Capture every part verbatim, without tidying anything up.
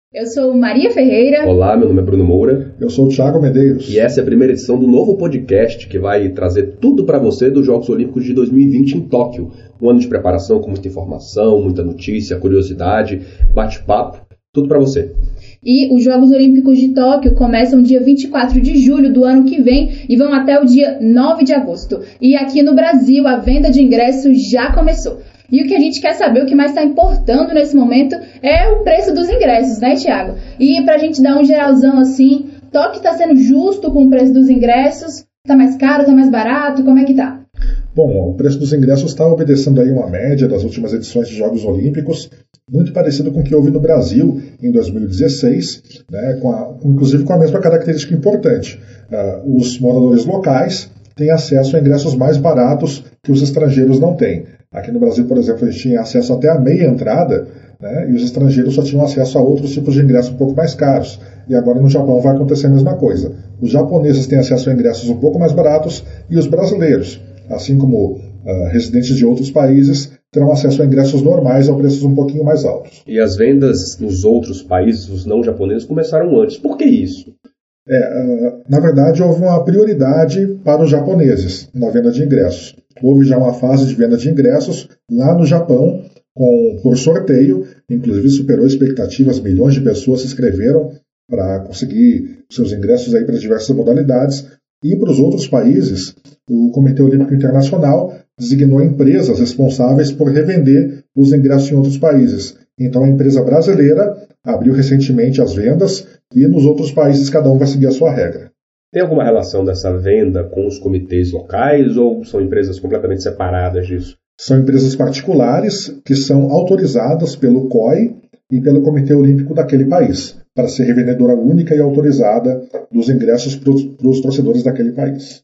Eu sou Maria Ferreira. Olá, meu nome é Bruno Moura. Eu sou o Thiago Medeiros. E essa é a primeira edição do novo podcast que vai trazer tudo para você dos Jogos Olímpicos de dois mil e vinte em Tóquio. Um ano de preparação com muita informação, muita notícia, curiosidade, bate-papo, tudo para você. E os Jogos Olímpicos de Tóquio começam dia vinte e quatro de julho do ano que vem e vão até o dia nove de agosto. E aqui no Brasil a venda de ingressos já começou. E o que a gente quer saber, o que mais está importando nesse momento, é o preço dos ingressos, né, Thiago? E para a gente dar um geralzão assim, Tóquio está sendo justo com o preço dos ingressos? Está mais caro, está mais barato? Como é que tá? Bom, o preço dos ingressos está obedecendo aí uma média das últimas edições de Jogos Olímpicos, muito parecido com o que houve no Brasil em dois mil e dezesseis, né, com a, inclusive com a mesma característica importante. Uh, os moradores locais têm acesso a ingressos mais baratos que os estrangeiros não têm. Aqui no Brasil, por exemplo, a gente tinha acesso até a meia entrada, né, e os estrangeiros só tinham acesso a outros tipos de ingressos um pouco mais caros. E agora no Japão vai acontecer a mesma coisa. Os japoneses têm acesso a ingressos um pouco mais baratos e os brasileiros, assim como uh, residentes de outros países, terão acesso a ingressos normais a preços um pouquinho mais altos. E as vendas nos outros países, os não japoneses, começaram antes. Por que isso? É, uh, na verdade, houve uma prioridade para os japoneses na venda de ingressos. Houve já uma fase de venda de ingressos lá no Japão, com, por sorteio, inclusive superou expectativas, milhões de pessoas se inscreveram para conseguir seus ingressos aí para diversas modalidades. E para os outros países, o Comitê Olímpico Internacional designou empresas responsáveis por revender os ingressos em outros países. Então a empresa brasileira abriu recentemente as vendas e nos outros países cada um vai seguir a sua regra. Tem alguma relação dessa venda com os comitês locais ou são empresas completamente separadas disso? São empresas particulares que são autorizadas pelo C O I e pelo Comitê Olímpico daquele país, para ser revendedora única e autorizada dos ingressos para os torcedores daquele país.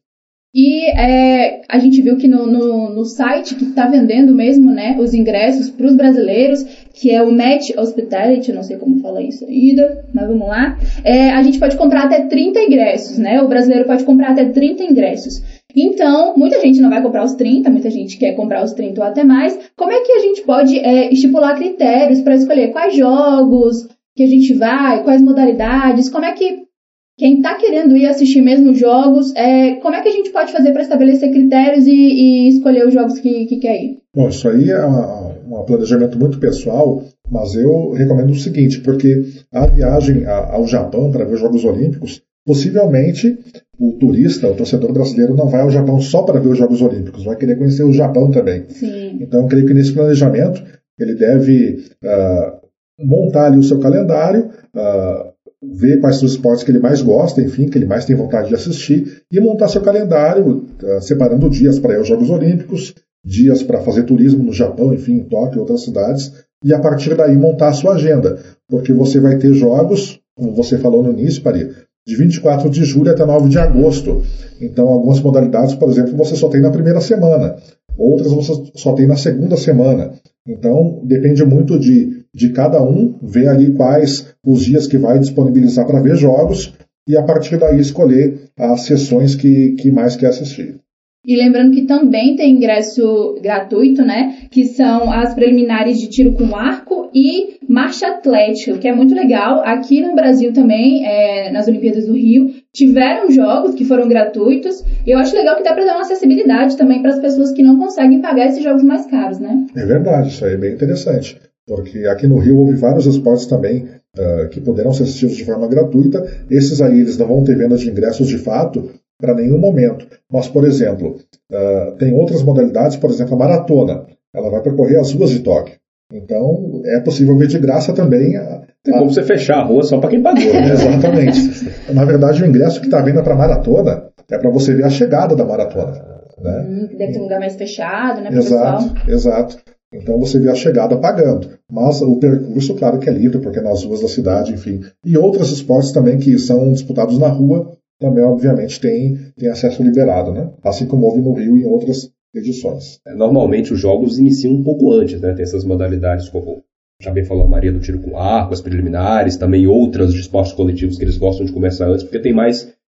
E é, a gente viu que no, no, no site que está vendendo mesmo, né, os ingressos para os brasileiros, que é o Match Hospitality, não sei como fala isso ainda, mas vamos lá, é, a gente pode comprar até trinta ingressos, né, o brasileiro pode comprar até trinta ingressos. Então, muita gente não vai comprar os trinta, muita gente quer comprar os trinta ou até mais. Como é que a gente pode é, estipular critérios para escolher quais jogos que a gente vai, quais modalidades, como é que quem está querendo ir assistir mesmo os jogos, é, como é que a gente pode fazer para estabelecer critérios e, e escolher os jogos que, que quer ir? Bom, isso aí é um planejamento muito pessoal, mas eu recomendo o seguinte, porque a viagem ao Japão para ver os Jogos Olímpicos, possivelmente o turista, o torcedor brasileiro não vai ao Japão só para ver os Jogos Olímpicos, vai querer conhecer o Japão também. Sim. Então eu creio que nesse planejamento ele deve uh, montar ali o seu calendário, uh, ver quais são os esportes que ele mais gosta, enfim, que ele mais tem vontade de assistir, e montar seu calendário, uh, separando dias para ir aos Jogos Olímpicos, dias para fazer turismo no Japão, enfim, em Tóquio e outras cidades, e a partir daí montar a sua agenda, porque você vai ter jogos, como você falou no início, Paris, de vinte e quatro de julho até nove de agosto. Então, algumas modalidades, por exemplo, você só tem na primeira semana, outras você só tem na segunda semana. Então, depende muito de, de cada um, ver ali quais os dias que vai disponibilizar para ver jogos e, a partir daí, escolher as sessões que, que mais quer assistir. E lembrando que também tem ingresso gratuito, né? Que são as preliminares de tiro com arco e marcha atlética, que é muito legal. Aqui no Brasil também, é, nas Olimpíadas do Rio, tiveram jogos que foram gratuitos. E eu acho legal que dá para dar uma acessibilidade também para as pessoas que não conseguem pagar esses jogos mais caros, né? É verdade, isso aí é bem interessante. Porque aqui no Rio houve vários esportes também uh, que puderam ser assistidos de forma gratuita. Esses aí eles não vão ter venda de ingressos de fato para nenhum momento. Mas, por exemplo, uh, tem outras modalidades, por exemplo, a maratona. Ela vai percorrer as ruas de Tóquio. Então, é possível ver de graça também. A, tem como a... você fechar a rua só para quem pagou, né? Exatamente. Na verdade, o ingresso que está vendo para a maratona é para você ver a chegada da maratona. Né? Hum, deve ter um lugar mais fechado, né, exato, pessoal? Exato. Então você vê a chegada pagando. Mas o percurso, claro que é livre, porque é nas ruas da cidade, enfim. E outros esportes também que são disputados na rua, também, obviamente, tem, tem acesso liberado, né? Assim como houve no Rio e em outras edições. Normalmente os jogos iniciam um pouco antes, né? Tem essas modalidades, como já bem falou a Maria, do tiro com arco, as preliminares, também outras de esportes coletivos que eles gostam de começar antes, porque tem mais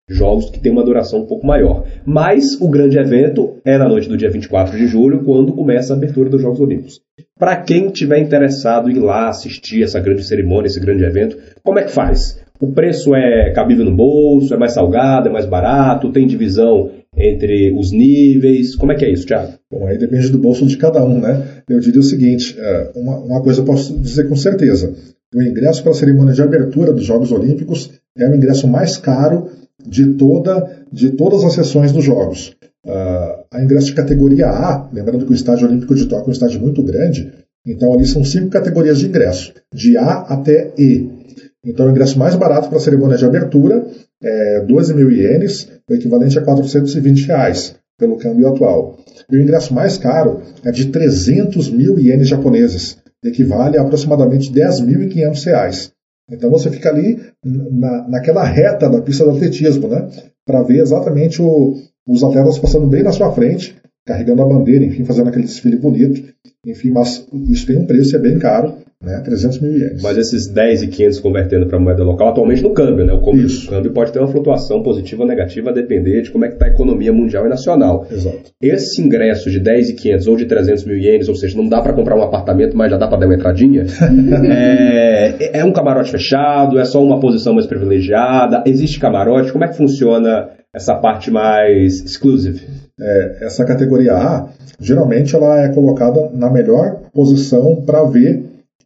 jogos que têm uma duração um pouco maior. Mas o grande evento é na noite do dia vinte e quatro de julho, quando começa a abertura dos Jogos Olímpicos. Para quem estiver interessado em ir lá assistir essa grande cerimônia, esse grande evento, como é que faz? O preço é cabível no bolso, é mais salgado, é mais barato, tem divisão entre os níveis, como é que é isso, Thiago? Bom, aí depende do bolso de cada um, né? Eu diria o seguinte, uma, uma coisa eu posso dizer com certeza, o ingresso para a cerimônia de abertura dos Jogos Olímpicos é o ingresso mais caro de, toda, de todas as sessões dos Jogos. Uh, a ingresso de categoria A, lembrando que o Estádio Olímpico de Tóquio é um estádio muito grande, então ali são cinco categorias de ingresso, de A até E. Então o ingresso mais barato para a cerimônia de abertura é doze mil ienes, o equivalente a quatrocentos e vinte reais, pelo câmbio atual. E o ingresso mais caro é de trezentos mil ienes japoneses, equivale a aproximadamente dez mil e quinhentos reais. Então você fica ali na, naquela reta da pista de atletismo, né, para ver exatamente o, os atletas passando bem na sua frente, carregando a bandeira, enfim, fazendo aquele desfile bonito. Enfim, mas isso tem um preço, é bem caro, né, trezentos mil ienes. Mas esses dez e quinhentos convertendo para moeda local, atualmente no câmbio, né? O câmbio, o câmbio pode ter uma flutuação positiva ou negativa a depender de como é que está a economia mundial e nacional. Exato. Esse ingresso de dez e quinhentos ou de trezentos mil ienes, ou seja, não dá para comprar um apartamento, mas já dá para dar uma entradinha, é, é um camarote fechado, é só uma posição mais privilegiada, existe camarote, como é que funciona essa parte mais exclusive? É, essa categoria A, geralmente ela é colocada na melhor posição para ver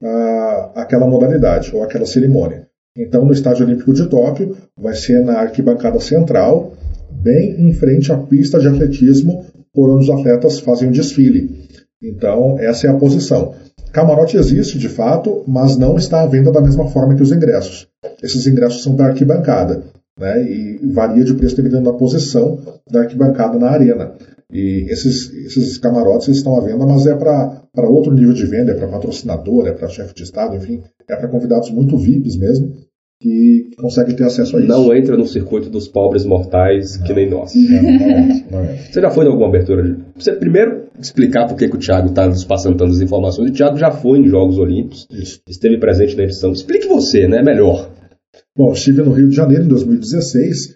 a, aquela modalidade ou aquela cerimônia. Então, no Estádio Olímpico de Tóquio, vai ser na arquibancada central, bem em frente à pista de atletismo, por onde os atletas fazem o desfile. Então, essa é a posição. Camarote existe, de fato, mas não está à venda da mesma forma que os ingressos. Esses ingressos são para arquibancada, né, e varia de preço dependendo da posição da arquibancada na arena. E esses, esses camarotes estão à venda, mas é para outro nível de venda, é para patrocinador, é para chefe de estado, enfim, é para convidados muito V I Ps mesmo, que conseguem ter acesso a isso. Não entra no circuito dos pobres mortais não, que nem nós. Não, não entra, não entra. Você já foi em alguma abertura? De... Você primeiro explicar por que, que o Thiago está nos passando tantas informações. O Thiago já foi em Jogos Olímpicos, isso. Esteve presente na edição. Explique você, né? Melhor. Bom, estive no Rio de Janeiro em dois mil e dezesseis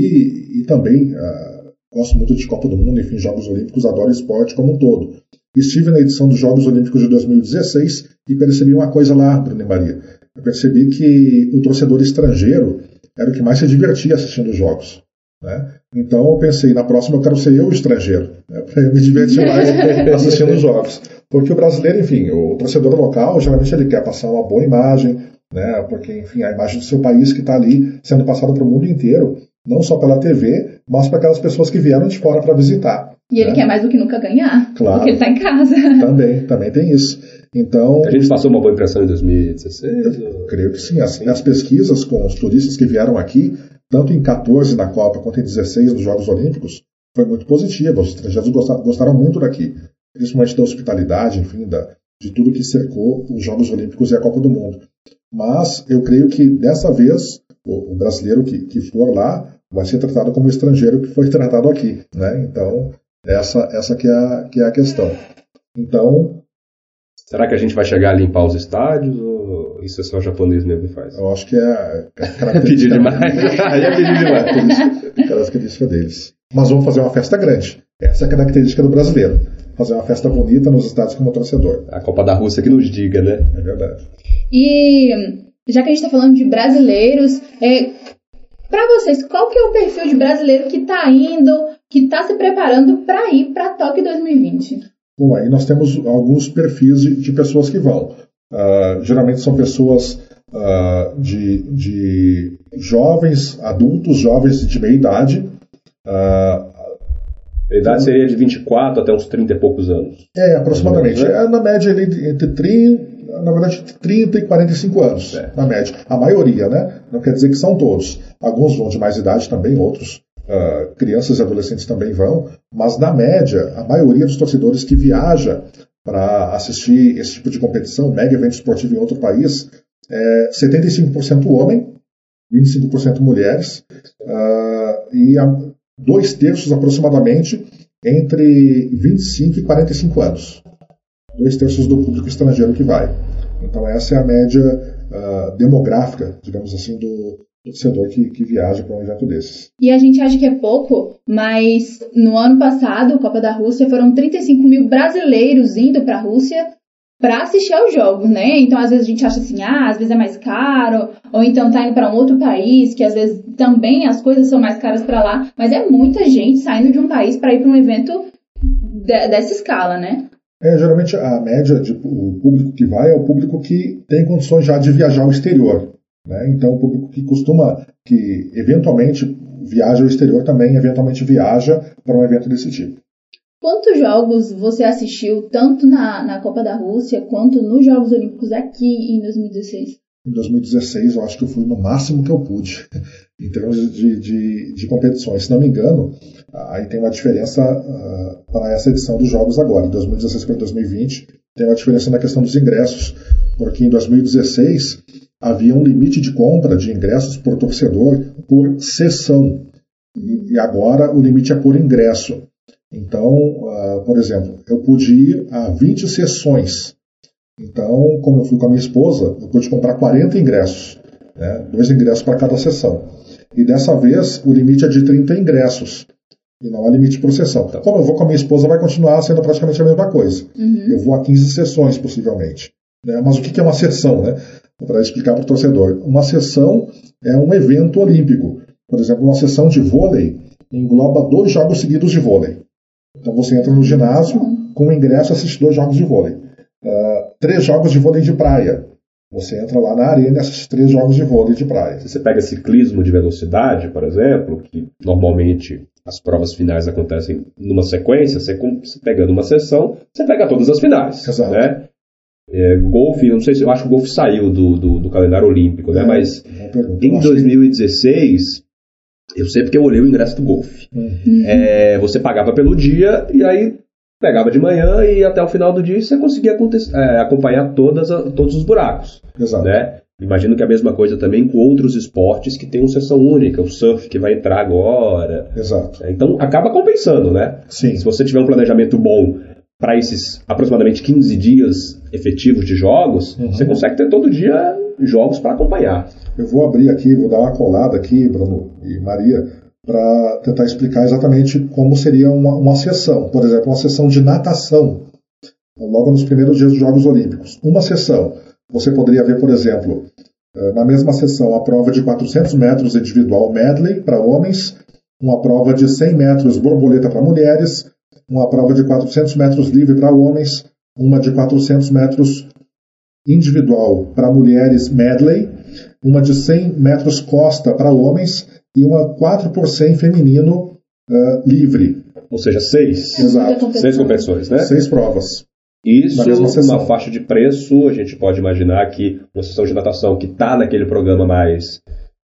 e, e também uh, gosto muito de Copa do Mundo, enfim, Jogos Olímpicos, adoro esporte como um todo. Estive na edição dos Jogos Olímpicos de dois mil e dezesseis e percebi uma coisa lá, Bruno e Maria. Eu percebi que o torcedor estrangeiro era o que mais se divertia assistindo os jogos, né? Então eu pensei, na próxima eu quero ser eu o estrangeiro, né, para eu me divertir mais assistindo os jogos. Porque o brasileiro, enfim, o torcedor local, geralmente ele quer passar uma boa imagem, né, porque, enfim, a imagem do seu país que está ali sendo passada para o mundo inteiro, não só pela T V, mas para aquelas pessoas que vieram de fora para visitar. E ele né? quer mais do que nunca ganhar, claro. Porque ele está em casa. Também, também tem isso. Então, a gente passou uma boa impressão em dois mil e dezesseis? Eu creio que sim. As, as pesquisas com os turistas que vieram aqui, tanto em quatorze na Copa quanto em dezesseis nos Jogos Olímpicos, foi muito positiva. Os estrangeiros gostaram, gostaram muito daqui, principalmente da hospitalidade, enfim, da, de tudo que cercou os Jogos Olímpicos e a Copa do Mundo. Mas eu creio que dessa vez o, o brasileiro que, que for lá vai ser tratado como estrangeiro que foi tratado aqui, né? Então essa, essa que, é a, que é a questão. Então, será que a gente vai chegar a limpar os estádios ou isso é só o japonês mesmo que faz? Eu acho que é, é característica. Pedir demais. Aí é pedir demais. Característica deles. Mas vamos fazer uma festa grande. Essa é a característica do brasileiro. Fazer uma festa bonita nos estádios como torcedor. A Copa da Rússia que nos diga, né? É verdade. E já que a gente está falando de brasileiros, é, para vocês, qual que é o perfil de brasileiro que está indo, que está se preparando para ir para Tóquio dois mil e vinte? Bom, aí nós temos alguns perfis de, de pessoas que vão. Uh, geralmente são pessoas uh, de, de jovens, adultos, jovens de meia idade. Uh, a idade seria de vinte e quatro até uns trinta e poucos anos. É, aproximadamente. É, na média entre trinta, na verdade, trinta e quarenta e cinco anos, é. Na média. A maioria, né? Não quer dizer que são todos. Alguns vão de mais idade também, outros. Uh, crianças e adolescentes também vão, mas na média, a maioria dos torcedores que viaja para assistir esse tipo de competição, mega evento esportivo em outro país, é setenta e cinco por cento homem, vinte e cinco por cento mulheres, uh, e a, dois terços aproximadamente entre vinte e cinco e quarenta e cinco anos. Dois terços do público estrangeiro que vai. Então essa é a média uh, demográfica, digamos assim, do, torcedor que, que viaja para um evento desses. E a gente acha que é pouco, mas no ano passado, Copa da Rússia, foram trinta e cinco mil brasileiros indo para a Rússia para assistir aos jogos, né? Então, às vezes a gente acha assim, ah, às vezes é mais caro, ou então tá indo para um outro país, que às vezes também as coisas são mais caras para lá, mas é muita gente saindo de um país para ir para um evento de, dessa escala, né? É, geralmente a média de o público que vai é o público que tem condições já de viajar ao exterior, né? Então, o público que costuma, que eventualmente viaja ao exterior também, eventualmente viaja para um evento desse tipo. Quantos jogos você assistiu, tanto na, na Copa da Rússia, quanto nos Jogos Olímpicos aqui em dois mil e dezesseis? Em dois mil e dezesseis, eu acho que eu fui no máximo que eu pude, em termos de, de, de competições. Se não me engano, aí tem uma diferença uh, para essa edição dos Jogos agora, de dois mil e dezesseis para dois mil e vinte, tem uma diferença na questão dos ingressos, porque em dois mil e dezesseis havia um limite de compra de ingressos por torcedor por sessão, e, e agora o limite é por ingresso. Então, uh, por exemplo, eu pude ir a vinte sessões. Então, como eu fui com a minha esposa, eu pude comprar quarenta ingressos, né? Dois ingressos para cada sessão. E dessa vez, o limite é de trinta ingressos, e não há limite por sessão. Como eu vou com a minha esposa, vai continuar sendo praticamente a mesma coisa. Uhum. Eu vou a quinze sessões, possivelmente. Né? Mas o que é uma sessão, né? Para explicar para o torcedor. Uma sessão é um evento olímpico. Por exemplo, uma sessão de vôlei engloba dois jogos seguidos de vôlei. Então você entra no ginásio com o ingresso e assiste dois jogos de vôlei. Uh, três jogos de vôlei de praia. Você entra lá na arena e assiste três jogos de vôlei de praia. Se você pega ciclismo de velocidade, por exemplo, que normalmente as provas finais acontecem numa sequência, você pegando uma sessão, você pega todas as finais. Exato. Né? É, golfe, eu não sei se eu acho que o golfe saiu do, do, do calendário olímpico, né? É, Mas pergunta, em dois mil e dezesseis, eu sei porque eu olhei o ingresso do golfe. Uhum. É, você pagava pelo dia e aí pegava de manhã e até o final do dia você conseguia é, acompanhar todas, todos os buracos. Exato. Né? Imagino que a mesma coisa também com outros esportes que tem uma sessão única, o surf que vai entrar agora. Exato. Então acaba compensando, né? Sim. Se você tiver um planejamento bom para esses aproximadamente quinze dias efetivos de jogos, uhum. você consegue ter todo dia jogos para acompanhar. Eu vou abrir aqui, vou dar uma colada aqui, Bruno e Maria, para tentar explicar exatamente como seria uma, uma sessão. Por exemplo, uma sessão de natação, logo nos primeiros dias dos Jogos Olímpicos. Uma sessão, você poderia ver, por exemplo, na mesma sessão, a prova de quatrocentos metros individual medley para homens, uma prova de cem metros borboleta para mulheres, uma prova de quatrocentos metros livre para homens, uma de quatrocentos metros individual para mulheres medley, uma de cem metros costa para homens e uma quatro por cem feminino uh, livre. Ou seja, seis. Exato. Seis competições, né? Seis provas. Isso, uma faixa de preço, a gente pode imaginar que uma sessão de natação que está naquele programa mais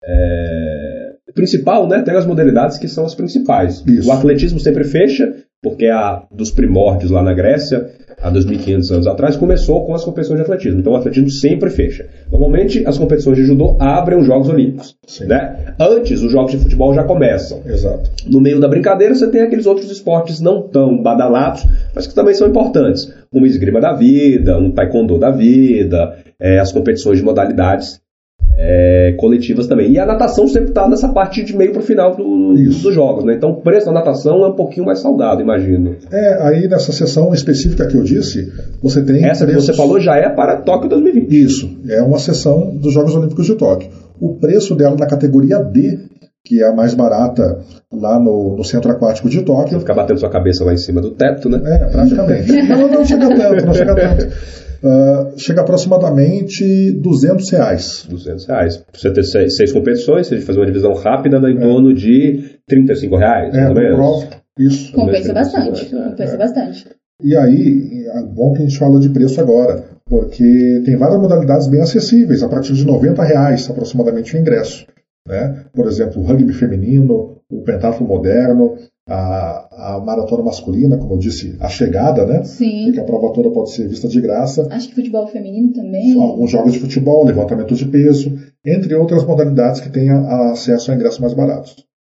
é, principal, né? Tem as modalidades que são as principais. Isso. O atletismo sempre fecha, porque a dos primórdios lá na Grécia, há dois mil e quinhentos anos atrás, começou com as competições de atletismo. Então o atletismo sempre fecha. Normalmente as competições de judô abrem os Jogos Olímpicos. Né? Antes, os jogos de futebol já começam. Exato. No meio da brincadeira, você tem aqueles outros esportes não tão badalados, mas que também são importantes. Uma esgrima da vida, um taekwondo da vida, é, as competições de modalidades é, coletivas também. E a natação sempre está nessa parte de meio para o final do, dos jogos. Né? Então o preço da natação é um pouquinho mais salgado, imagino. É, aí nessa sessão específica que eu disse, você tem... Essa preços... que você falou já é para Tóquio dois mil e vinte. Isso, é uma sessão dos Jogos Olímpicos de Tóquio. O preço dela na categoria D, que é a mais barata lá no, no Centro Aquático de Tóquio... Você ficar batendo sua cabeça lá em cima do teto, né? É, praticamente. não, não chega tanto, não chega tanto. Uh, chega aproximadamente duzentos reais. duzentos reais. Pra você ter seis, seis competições, se a gente fazer uma divisão rápida, dá em é. torno de trinta e cinco reais. É, prova, isso. Compensa bastante. Compensa é. bastante. E aí, é bom que a gente fala de preço agora, porque tem várias modalidades bem acessíveis, a partir de noventa reais aproximadamente o ingresso. Né? Por exemplo, o rugby feminino, o pentatlo moderno, a, a maratona masculina, como eu disse, a chegada, né? Sim. Porque a prova toda pode ser vista de graça. Acho que futebol feminino também. Alguns jogos de futebol, levantamento de peso, entre outras modalidades que tenham acesso a ingressos mais baratos.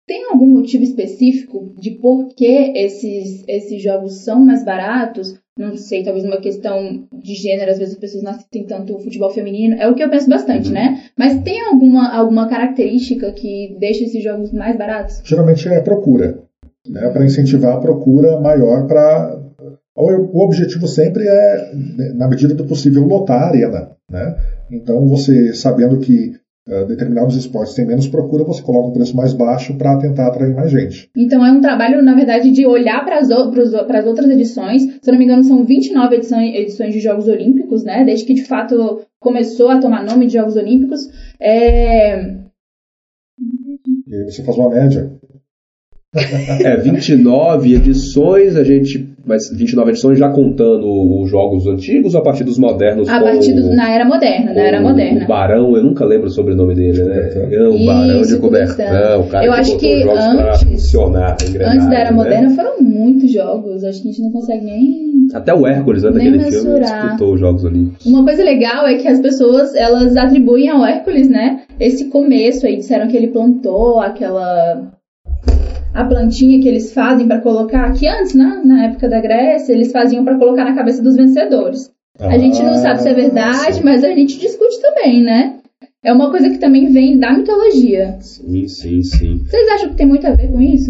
Tem algum motivo específico de por que esses, esses jogos são mais baratos? Não sei, talvez uma questão de gênero, às vezes as pessoas não assistem tanto o futebol feminino, é o que eu penso bastante, uhum. né? Mas tem alguma, alguma característica que deixa esses jogos mais baratos? Geralmente é a procura, né? Para incentivar a procura maior para... O objetivo sempre é, na medida do possível, lotar a arena, né? Então, você sabendo que uh, determinados esportes têm menos procura, você coloca um preço mais baixo para tentar atrair mais gente. Então, é um trabalho, na verdade, de olhar para as outras edições. Se eu não me engano, são vinte e nove edições, edições de Jogos Olímpicos, né? Desde que, de fato, começou a tomar nome de Jogos Olímpicos. É... E aí você faz uma média. É, vinte e nove edições, a gente... Mas vinte e nove edições já contando os jogos antigos ou a partir dos modernos? A partir do, na era moderna, na era moderna. O Barão, eu nunca lembro o sobrenome dele, né? É o Barão de Cobertão, o cara eu que acho botou que os jogos antes, pra funcionar, antes da era né? moderna foram muitos jogos, acho que a gente não consegue nem... Até o Hércules, né, daquele filme, disputou os Jogos Olímpicos. Uma coisa legal é que as pessoas, elas atribuem ao Hércules, né, esse começo aí, disseram que ele plantou aquela... a plantinha que eles fazem para colocar, que antes, né, na época da Grécia, eles faziam para colocar na cabeça dos vencedores. Ah, a gente não sabe se é verdade, sim. mas a gente discute também, né? É uma coisa que também vem da mitologia. Sim, sim, sim. Vocês acham que tem muito a ver com isso?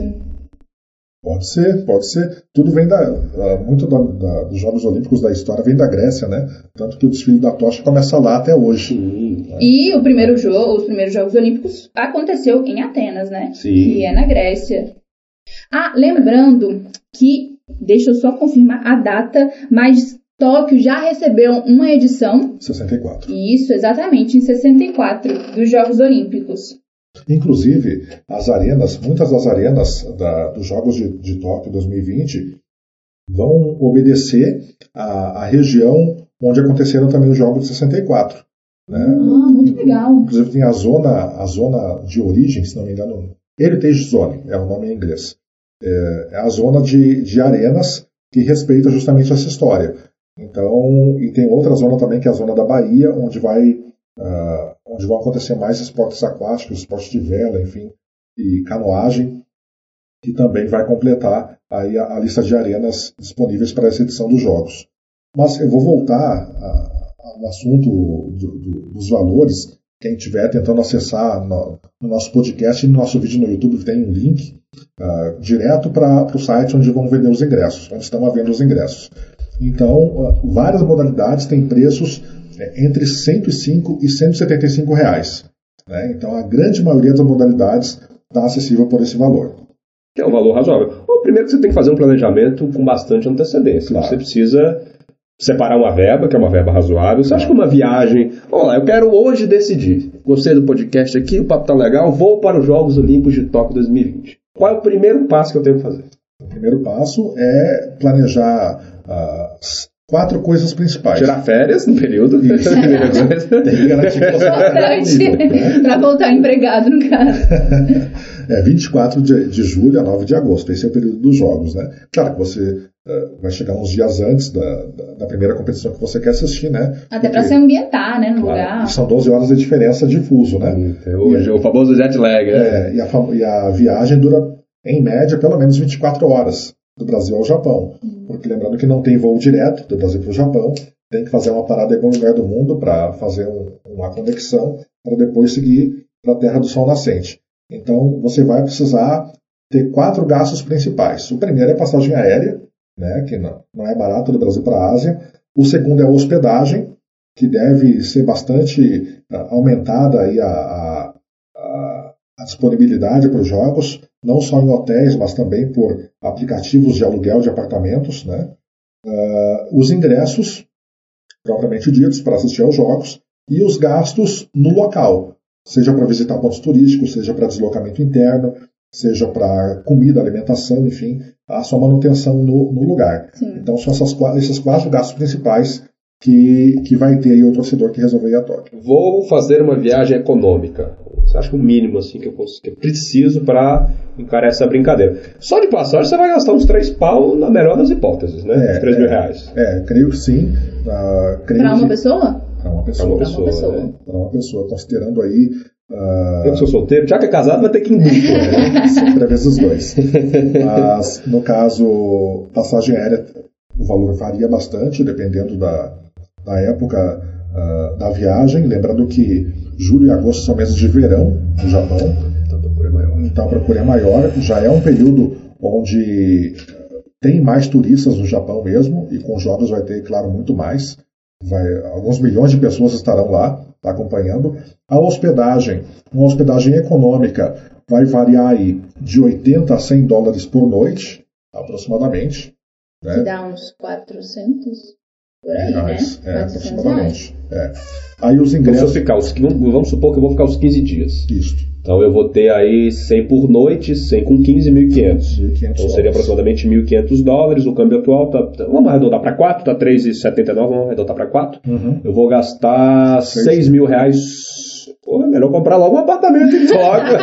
Pode ser, pode ser. Tudo vem da... Muito da, da, dos Jogos Olímpicos da história vem da Grécia, né? Tanto que o desfile da tocha começa lá até hoje. Sim, né? E o primeiro jogo, os primeiros Jogos Olímpicos aconteceu em Atenas, né? Sim. Que é na Grécia. Ah, lembrando que, deixa eu só confirmar a data, mas Tóquio já recebeu uma edição. sessenta e quatro. Isso, exatamente, em sessenta e quatro, dos Jogos Olímpicos. Inclusive, as arenas, muitas das arenas da, dos Jogos de, de Tóquio dois mil e vinte vão obedecer à, à região onde aconteceram também os Jogos de sessenta e quatro. Né? Ah, muito legal. Inclusive tem a zona, a zona de origem, se não me engano, Heritage Zone, é o nome em inglês. É, é a zona de, de arenas que respeita justamente essa história. Então, e tem outra zona também, que é a zona da Bahia, onde vai... Uh, onde vão acontecer mais esportes aquáticos, esportes de vela, enfim, e canoagem, que também vai completar aí a, a lista de arenas disponíveis para essa edição dos Jogos. Mas eu vou voltar ao assunto do, do, dos valores. Quem estiver tentando acessar no, no nosso podcast e no nosso vídeo no YouTube tem um link uh, direto para o site onde vão vender os ingressos, onde estão à venda os ingressos. Então, uh, várias modalidades têm preços entre cento e cinco e cento e setenta e cinco reais. Né? Então, a grande maioria das modalidades está acessível por esse valor. Que é um valor razoável. Bom, primeiro que você tem que fazer um planejamento com bastante antecedência. Claro. Você precisa separar uma verba, que é uma verba razoável. Você claro. acha que uma viagem... Vamos lá, eu quero hoje decidir. Gostei do podcast aqui, o papo tá legal, vou para os Jogos Olímpicos de Tóquio dois mil e vinte. Qual é o primeiro passo que eu tenho que fazer? O primeiro passo é planejar... Uh, Quatro coisas principais. Tirar férias no período. Isso. Tem que garantir que você vai para voltar empregado, no caso. É vinte e quatro de, de julho a nove de agosto. Esse é o período dos jogos, né? Claro que você uh, vai chegar uns dias antes da, da, da primeira competição que você quer assistir, né? Até para se ambientar, né, no claro, lugar. São doze horas de diferença de fuso, né? Hum, hoje, e, o famoso jet lag, né? É, e, a, e a viagem dura, em média, pelo menos vinte e quatro horas. Do Brasil ao Japão. Porque lembrando que não tem voo direto do Brasil para o Japão, tem que fazer uma parada em algum lugar do mundo para fazer um, uma conexão para depois seguir para a Terra do Sol Nascente. Então você vai precisar ter quatro gastos principais. O primeiro é a passagem aérea, né, que não, não é barato do Brasil para a Ásia. O segundo é a hospedagem, que deve ser bastante uh, aumentada aí a, a, a, a disponibilidade para os jogos. Não só em hotéis, mas também por aplicativos de aluguel de apartamentos, né? Uh, os ingressos, propriamente ditos, para assistir aos jogos, e os gastos no local, seja para visitar pontos turísticos, seja para deslocamento interno, seja para comida, alimentação, enfim, a sua manutenção no, no lugar. Sim. Então são essas, esses quatro gastos principais que, que vai ter aí o torcedor que resolver ir a Tóquio. Vou fazer uma viagem econômica. Você acha que o mínimo assim, que, eu posso, que eu preciso para encarar essa brincadeira? Só de passagem você vai gastar uns três pau na melhor das hipóteses, né? É, uns três é, mil reais. É, creio que sim. Uh, para uma pessoa? Para uma pessoa. Para uma pessoa. Né? Para uma pessoa, considerando aí Uh, eu sou solteiro, já que é casado vai ter que ir em dupla. Né? Sempre vezes os dois. Mas, no caso, passagem aérea, o valor varia bastante, dependendo da, da época uh, da viagem. Lembrando que julho e agosto são meses de verão no Japão. Então a procura é maior. Então a procura é maior. Já é um período onde tem mais turistas no Japão mesmo, e com jogos vai ter, claro, muito mais. Vai, alguns milhões de pessoas estarão lá tá, acompanhando. A hospedagem, uma hospedagem econômica, vai variar aí de oitenta a cem dólares por noite, aproximadamente. Né? Que dá uns quatrocentos por aí, reais, né? É, aproximadamente. É. Aí os ingressos... Então, se eu ficar os, vamos supor que eu vou ficar os quinze dias. Isso. Então eu vou ter aí cem por noite, cem com quinze, mil e quinhentos. Então seria aproximadamente mil e quinhentos dólares. O câmbio atual, tá, tá, vamos arredondar para quatro, tá três reais e setenta e nove, vamos arredondar para quatro. Uhum. Eu vou gastar seis mil reais. Pô, é melhor comprar logo um apartamento em Tóquio.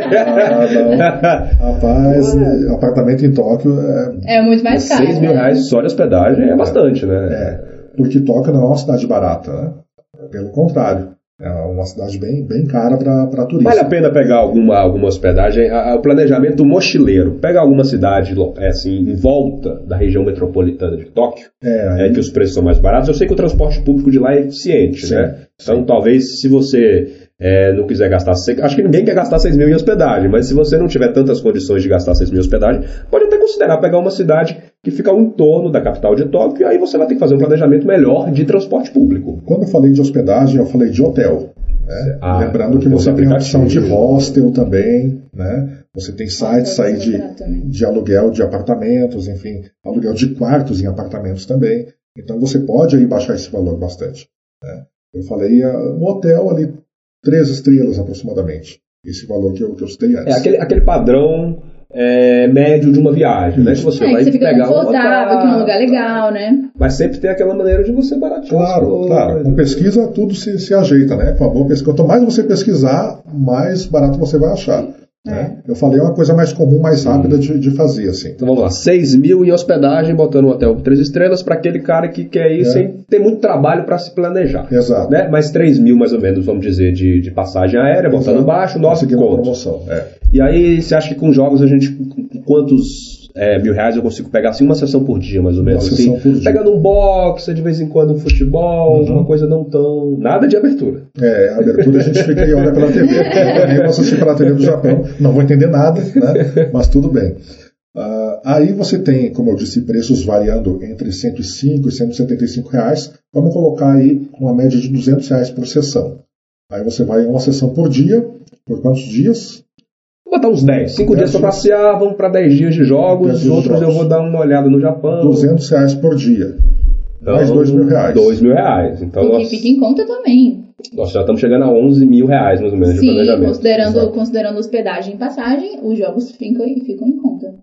ah, Rapaz, é. apartamento em Tóquio é... É muito mais caro. seis mil reais só de hospedagem é bastante, né? É, porque Tóquio não é uma cidade barata, né? Pelo contrário. É uma cidade bem, bem cara para turista. Vale a pena pegar alguma, alguma hospedagem, a, a, o planejamento mochileiro. Pega alguma cidade é, assim, em volta da região metropolitana de Tóquio, é, aí... é, que os preços são mais baratos. Eu sei que o transporte público de lá é eficiente, sim, né? Então sim. Talvez se você é, não quiser gastar... Acho que ninguém quer gastar seis mil em hospedagem, mas se você não tiver tantas condições de gastar seis mil em hospedagem, pode até considerar pegar uma cidade que fica ao entorno da capital de Tóquio, e aí você vai ter que fazer um planejamento melhor de transporte público. Quando eu falei de hospedagem, eu falei de hotel. Né? Ah, Lembrando que você tem a opção de hostel também, né? Você tem sites aí de, de aluguel de apartamentos, enfim, aluguel de quartos em apartamentos também. Então você pode aí baixar esse valor bastante. Né? Eu falei uh, no hotel ali, três estrelas aproximadamente. Esse valor que eu, que eu citei antes. É aquele, aquele padrão é, médio de uma viagem, né? Que você é, vai que você fica pegar confortável, um que é um lugar legal, né? Mas sempre tem aquela maneira de você baratear. Claro, claro. Com pesquisa tudo se, se ajeita, né? Com a boa pesquisa. Quanto mais você pesquisar, mais barato você vai achar. É. Né? Eu falei uma coisa mais comum, mais rápida de, de fazer, assim. Então vamos lá, seis mil em hospedagem, botando um hotel com três estrelas, para aquele cara que quer ir é. sem ter muito trabalho para se planejar. Exato. Né? Mais três mil, mais ou menos, vamos dizer, de, de passagem aérea, botando Exato. baixo, nove contos. É. E aí, você acha que com jogos a gente, com quantos é, mil reais eu consigo pegar assim uma sessão por dia, mais ou menos? Uma assim, sessão por dia. Pegando um boxe, de vez em quando um futebol, uhum. uma coisa não tão... Nada de abertura. É, a abertura a gente fica e olha pela T V. Eu posso assistir pela T V do Japão, não vou entender nada, né? Mas tudo bem. Uh, aí você tem, como eu disse, preços variando entre cento e cinco e cento e setenta e cinco reais. Vamos colocar aí uma média de duzentos reais por sessão. Aí você vai em uma sessão por dia. Por quantos dias? Vou botar uns dez. cinco dias para passear, vamos para dez dias de jogos. Os outros jogos. Eu vou dar uma olhada no Japão. duzentos reais por dia. Então, mais dois mil reais. dois mil reais. Então, o que nós, fica em conta também. Nós já estamos chegando a onze mil reais, mais ou menos, Sim, de planejamento. considerando, considerando hospedagem e passagem, os jogos ficam, ficam em conta.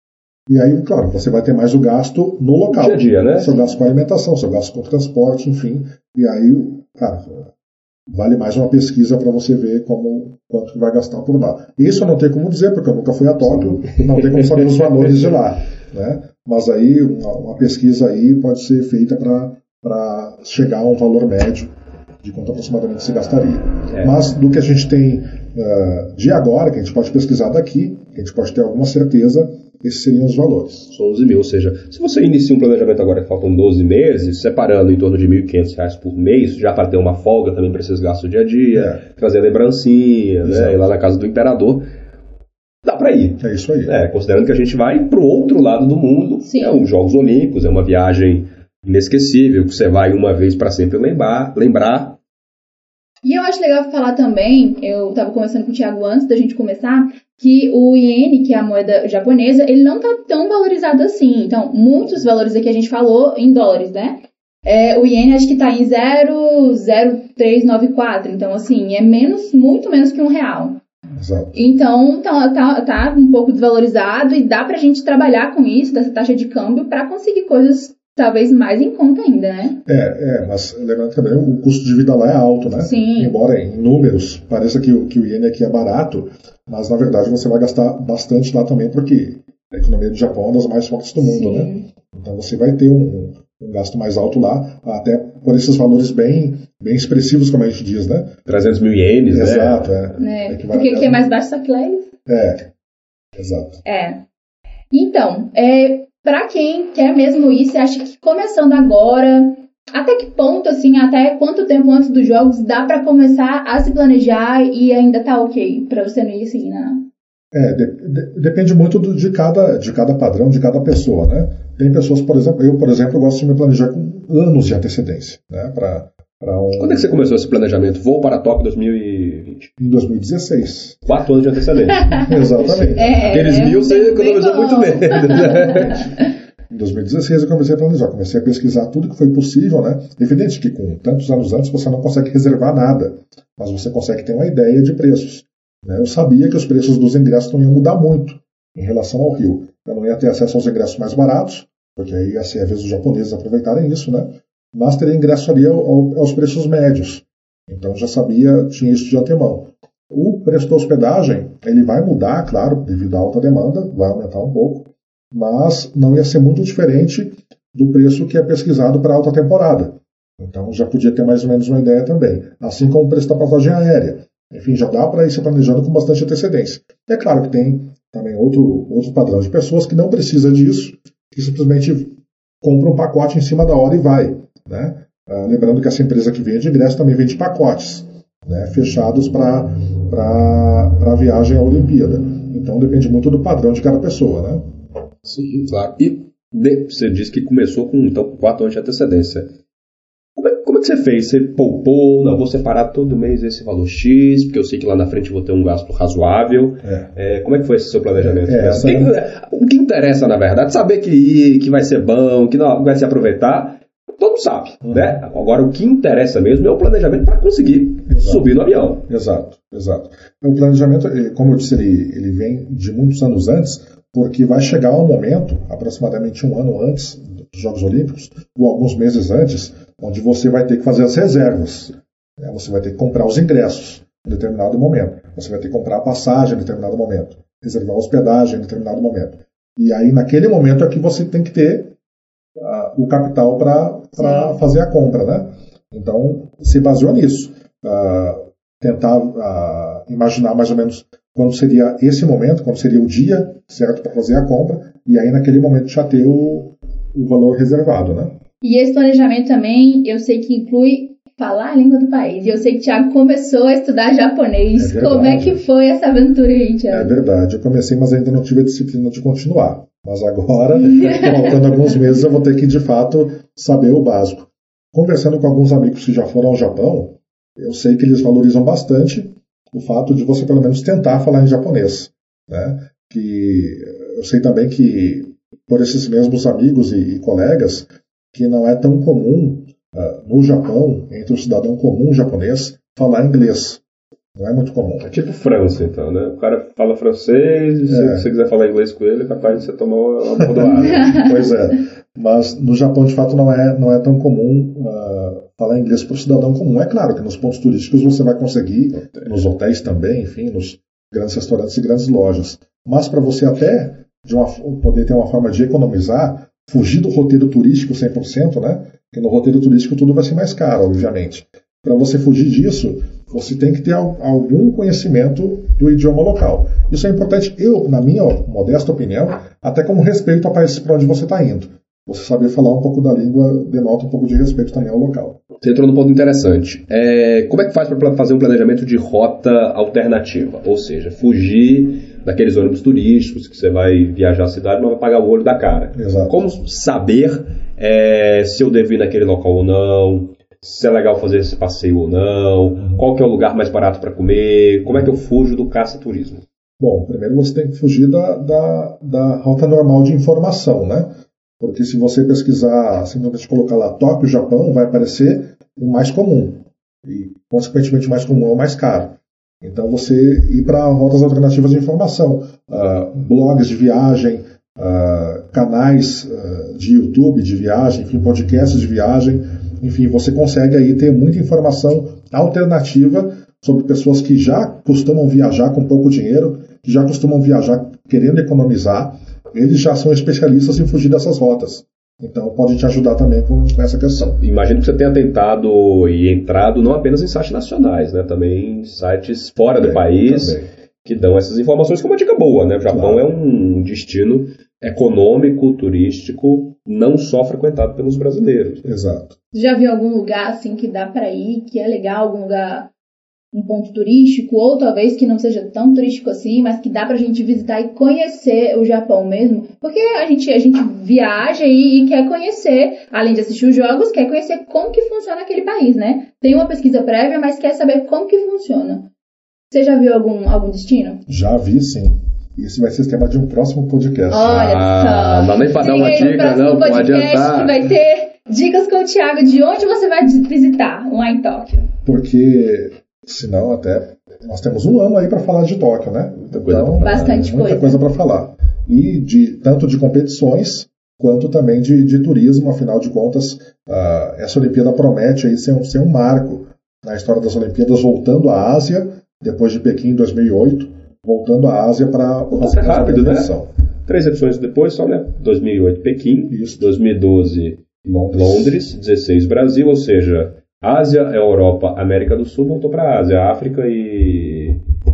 E aí, claro, você vai ter mais o gasto no local. Dia a dia, né? Seu gasto com alimentação, seu gasto com transporte, enfim. E aí, cara, vale mais uma pesquisa para você ver como, quanto que vai gastar por lá. Isso eu não tenho como dizer, porque eu nunca fui a Tóquio, não tem como saber os valores de lá. Né? Mas aí, uma, uma pesquisa aí pode ser feita para chegar a um valor médio de quanto aproximadamente se gastaria. É. Mas do que a gente tem uh, de agora, que a gente pode pesquisar daqui, que a gente pode ter alguma certeza, esses seriam os valores. São onze mil, ou seja, se você inicia um planejamento agora que faltam doze meses, separando em torno de mil e quinhentos reais por mês, já para ter uma folga também para esses gastos do dia a dia, é. trazer a lembrancinha, né, ir lá na casa do imperador, dá para ir. É isso aí. É, considerando que a gente vai para o outro lado do mundo, Sim. é os Jogos Olímpicos, é uma viagem inesquecível, que você vai uma vez para sempre lembrar, lembrar. E eu acho legal falar também, eu estava conversando com o Thiago antes da gente começar, que o iene, que é a moeda japonesa, ele não está tão valorizado assim. Então, muitos valores aqui a gente falou em dólares, né? É, o iene acho que está em zero vírgula zero três nove quatro, então assim, é menos, muito menos que um real. Exato. Então, tá, tá, tá um pouco desvalorizado e dá pra gente trabalhar com isso, dessa taxa de câmbio, para conseguir coisas talvez mais em conta ainda, né? É, é, mas lembrando também, o custo de vida lá é alto, né? Sim. Embora em números pareça que, que o iene aqui é barato, mas na verdade você vai gastar bastante lá também, porque a economia do Japão é uma das mais fortes do mundo, Sim. né? Então você vai ter um, um gasto mais alto lá, até por esses valores bem, bem expressivos, como a gente diz, né? trezentos mil ienes, né? Exato, é. É, porque que é mais baixo só que lá eles. É, exato. É. Então, é, para quem quer mesmo ir, você acha que começando agora, até que ponto, assim, até quanto tempo antes dos jogos dá para começar a se planejar e ainda tá ok para você não ir assim, né? É, de, de, depende muito do, de, cada, de cada padrão, de cada pessoa, né? Tem pessoas, por exemplo, eu, por exemplo, gosto de me planejar com anos de antecedência, né? Pra, pra um... Quando é que você começou esse planejamento? Vou para Tóquio dois mil e vinte? Em dois mil e dezesseis. Quatro anos de antecedência. Exatamente. É, Aqueles é, mil você economizou bom. muito menos. Né? Em dois mil e dezesseis eu comecei a planejar, comecei a pesquisar tudo que foi possível, né? Evidente que com tantos anos antes você não consegue reservar nada, mas você consegue ter uma ideia de preços. Né? Eu sabia que os preços dos ingressos não iam mudar muito em relação ao Rio. Eu não ia ter acesso aos ingressos mais baratos, porque aí ia ser a vez dos japoneses aproveitarem isso, né? Mas teria ingresso ali ao, ao, aos preços médios. Então já sabia, tinha isso de antemão. O preço da hospedagem, ele vai mudar, claro, devido à alta demanda, vai aumentar um pouco, mas não ia ser muito diferente do preço que é pesquisado para alta temporada. Então já podia ter mais ou menos uma ideia também. Assim como o preço da passagem aérea. Enfim, já dá para ir se planejando com bastante antecedência. É claro que tem também outro, outro padrão de pessoas que não precisa disso, que simplesmente compra um pacote em cima da hora e vai. Né? Ah, lembrando que essa empresa que vende ingresso também vende pacotes, né, fechados para a viagem à Olimpíada. Então depende muito do padrão de cada pessoa. Né? Sim, claro. E de, você disse que começou com então, quatro anos de antecedência. Como é, como é que você fez? Você poupou? Não, vou separar todo mês esse valor X, porque eu sei que lá na frente vou ter um gasto razoável. É. É, como é que foi esse seu planejamento? É, essa... o, que, o que interessa, na verdade, saber que ir, que vai ser bom, que não vai se aproveitar. Todo mundo sabe, uhum. Né? Agora, o que interessa mesmo é o planejamento para conseguir exato. Subir no avião. Exato, exato. O planejamento, como eu disse, ele, ele vem de muitos anos antes, porque vai chegar um momento, aproximadamente um ano antes dos Jogos Olímpicos, ou alguns meses antes, onde você vai ter que fazer as reservas. Né? Você vai ter que comprar os ingressos em determinado momento. Você vai ter que comprar a passagem em determinado momento. Reservar a hospedagem em determinado momento. E aí, naquele momento, é que você tem que ter Uh, o capital para fazer a compra, né? Então, se baseou nisso. Uh, tentar uh, imaginar mais ou menos quando seria esse momento, quando seria o dia certo para fazer a compra, e aí naquele momento já ter o, o valor reservado, né? E esse planejamento também, eu sei que inclui falar a língua do país. E eu sei que o Thiago começou a estudar japonês. É Como é que foi essa aventura aí, Thiago? É verdade. Eu comecei, mas ainda não tive a disciplina de continuar. Mas agora, faltando alguns meses, eu vou ter que, de fato, saber o básico. Conversando com alguns amigos que já foram ao Japão, eu sei que eles valorizam bastante o fato de você, pelo menos, tentar falar em japonês. Né? Que eu sei também que, por esses mesmos amigos e, e colegas, que não é tão comum, uh, no Japão, entre o cidadão comum japonês, falar inglês. Não é muito comum. É tipo França, então, né? O cara fala francês, e se é. você quiser falar inglês com ele, é capaz de você tomar uma bordoada. Pois é. Mas no Japão, de fato, não é, não é tão comum uh, falar inglês para o cidadão comum. É claro que nos pontos turísticos você vai conseguir, Hotel. nos hotéis também, enfim, nos grandes restaurantes e grandes lojas. Mas para você até de uma, poder ter uma forma de economizar, fugir do roteiro turístico cem por cento, né? Porque no roteiro turístico tudo vai ser mais caro, obviamente. Para você fugir disso, você tem que ter algum conhecimento do idioma local. Isso é importante, eu, na minha modesta opinião, até como respeito ao país para onde você está indo. Você saber falar um pouco da língua denota um pouco de respeito também ao local. Você entrou num ponto interessante. É, como é que faz para fazer um planejamento de rota alternativa? Ou seja, fugir daqueles ônibus turísticos que você vai viajar a cidade, mas vai pagar o olho da cara. Exato. Como saber é, se eu devo ir naquele local ou não? Se é legal fazer esse passeio ou não, qual que é o lugar mais barato para comer, como é que eu fujo do caça-turismo? Bom, primeiro você tem que fugir da, da, da rota normal de informação, né? Porque se você pesquisar, simplesmente colocar lá Tóquio, Japão, vai aparecer o mais comum. E, consequentemente, o mais comum é o mais caro. Então, você ir para rotas alternativas de informação, uh, blogs de viagem, uh, canais uh, de YouTube de viagem, enfim, podcasts de viagem. Enfim, você consegue aí ter muita informação alternativa sobre pessoas que já costumam viajar com pouco dinheiro, que já costumam viajar querendo economizar. Eles já são especialistas em fugir dessas rotas. Então pode te ajudar também com, com essa questão. Imagino que você tenha tentado e entrado não apenas em sites nacionais, né? Também em sites fora também, do país, também, que dão essas informações, como uma dica boa, né? O Japão claro. É um destino econômico, turístico, não só frequentado pelos brasileiros. Exato. Você já viu algum lugar assim que dá para ir, que é legal, algum lugar, um ponto turístico, ou talvez que não seja tão turístico assim, mas que dá pra gente visitar e conhecer o Japão mesmo? Porque a gente, a gente viaja e, e quer conhecer, além de assistir os jogos, quer conhecer como que funciona aquele país, né? Tem uma pesquisa prévia, mas quer saber como que funciona. Você já viu algum, algum destino? Já vi, sim. Isso vai ser tema de um próximo podcast. Olha ah, só. Não dá nem pra dar uma dica, não, pode adiantar. Que vai ter dicas com o Thiago de onde você vai visitar lá em Tóquio. Porque, senão até, nós temos um ano aí para falar de Tóquio, né? Muita coisa então, pra falar. Bastante muita coisa. coisa para falar. E de, tanto de competições, quanto também de, de turismo, afinal de contas, uh, essa Olimpíada promete aí ser um, ser um marco na história das Olimpíadas, voltando à Ásia, depois de Pequim em dois mil e oito, voltando à Ásia para fazer rápido, né? Três edições depois, só, né? dois mil e oito Pequim, Isso. dois mil e doze Londres. Londres, dezesseis Brasil, ou seja, Ásia, Europa, América do Sul voltou para a Ásia, África e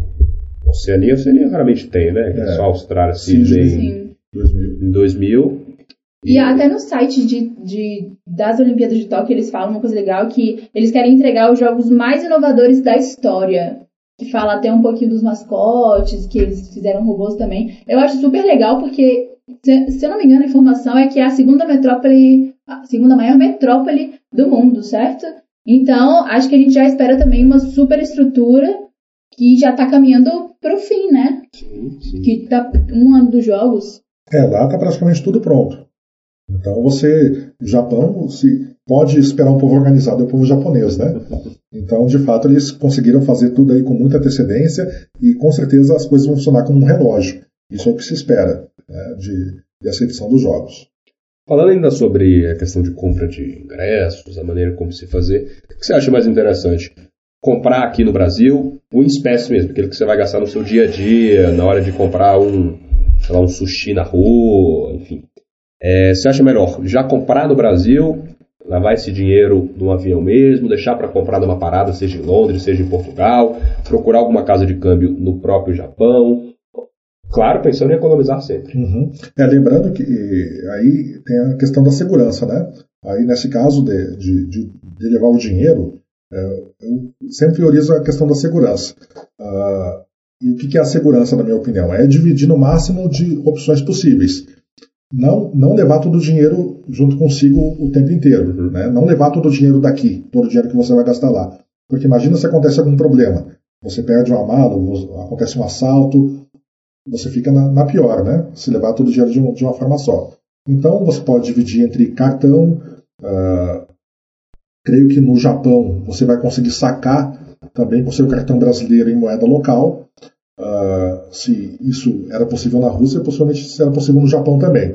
Oceania. Oceania raramente tem, né? É. Só Austrália, Sydney em dois mil. E, e até no site de, de, das Olimpíadas de Tóquio eles falam uma coisa legal, que eles querem entregar os jogos mais inovadores da história. Que fala até um pouquinho dos mascotes, que eles fizeram robôs também. Eu acho super legal porque, se, se eu não me engano, a informação é que é a segunda metrópole, a segunda maior metrópole do mundo, certo? Então, acho que a gente já espera também uma super estrutura que já está caminhando para o fim, né? Sim, sim. Que tá um ano dos jogos. É, lá está praticamente tudo pronto. Então você, o Japão, se pode esperar um povo organizado, é o povo japonês, né? Então, de fato, eles conseguiram fazer tudo aí com muita antecedência e com certeza as coisas vão funcionar como um relógio. Isso é o que se espera, né, de, dessa edição dos jogos. Falando ainda sobre a questão de compra de ingressos, a maneira como se fazer, o que você acha mais interessante? Comprar aqui no Brasil, ou em espécie mesmo, aquele que você vai gastar no seu dia a dia, na hora de comprar um, sei lá, um sushi na rua, enfim. É, você acha melhor já comprar no Brasil, levar esse dinheiro no avião mesmo, deixar para comprar numa parada, seja em Londres, seja em Portugal, procurar alguma casa de câmbio no próprio Japão? Claro, pensando em economizar sempre. Uhum. É, lembrando que aí tem a questão da segurança, né? Aí nesse caso de, de, de, de levar o dinheiro, é, eu sempre priorizo a questão da segurança. Ah, e o que é a segurança, na minha opinião? É dividir no máximo de opções possíveis. Não, não levar todo o dinheiro junto consigo o tempo inteiro. Uhum. Né? Não levar todo o dinheiro daqui, todo o dinheiro que você vai gastar lá. Porque imagina se acontece algum problema. Você perde uma mala, acontece um assalto, você fica na, na pior, né? Se levar todo o dinheiro de, um, de uma forma só. Então você pode dividir entre cartão. Uh, creio que no Japão você vai conseguir sacar também com o seu cartão brasileiro em moeda local. Uh, se isso era possível na Rússia, possivelmente isso era possível no Japão também.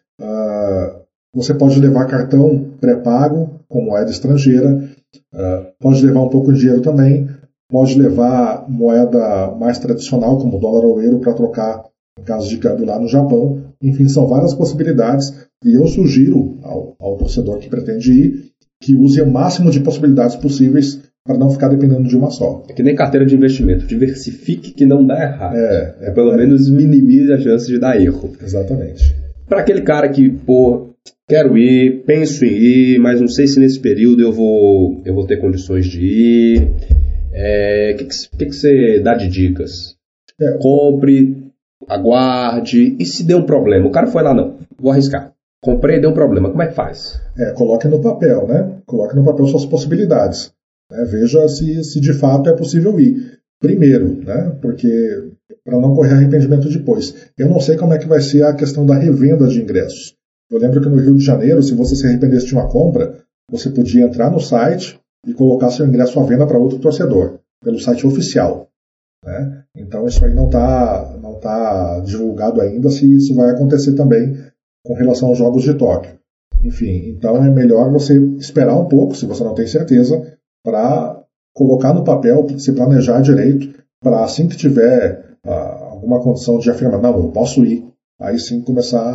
Uh, você pode levar cartão pré-pago com moeda estrangeira, uh, pode levar um pouco de dinheiro também, pode levar moeda mais tradicional, como dólar ou euro, para trocar em caso de câmbio lá no Japão. Enfim, são várias possibilidades e eu sugiro ao, ao torcedor que pretende ir que use o máximo de possibilidades possíveis para não ficar dependendo de uma só. É que nem carteira de investimento. Diversifique que não dá errado. É, é pelo é. menos minimize a chance de dar erro. Exatamente. Para aquele cara que, pô, quero ir, penso em ir, mas não sei se nesse período eu vou, eu vou ter condições de ir. O é, que, que, que você dá de dicas? É. Compre, aguarde, e se der um problema? O cara foi lá, não, vou arriscar. Comprei, deu um problema. Como é que faz? É, coloque no papel, né? Coloque no papel suas possibilidades. Né? Veja se, se de fato é possível ir. Primeiro, né? Porque para não correr arrependimento depois. Eu não sei como é que vai ser a questão da revenda de ingressos. Eu lembro que no Rio de Janeiro, se você se arrependesse de uma compra, você podia entrar no site e colocar seu ingresso à venda para outro torcedor, pelo site oficial. Né? Então isso aí não está não tá divulgado ainda se isso vai acontecer também com relação aos Jogos de Tóquio. Enfim, então é melhor você esperar um pouco, se você não tem certeza, para colocar no papel, se planejar direito, para assim que tiver ah, alguma condição de afirmar, não, eu posso ir, aí sim começar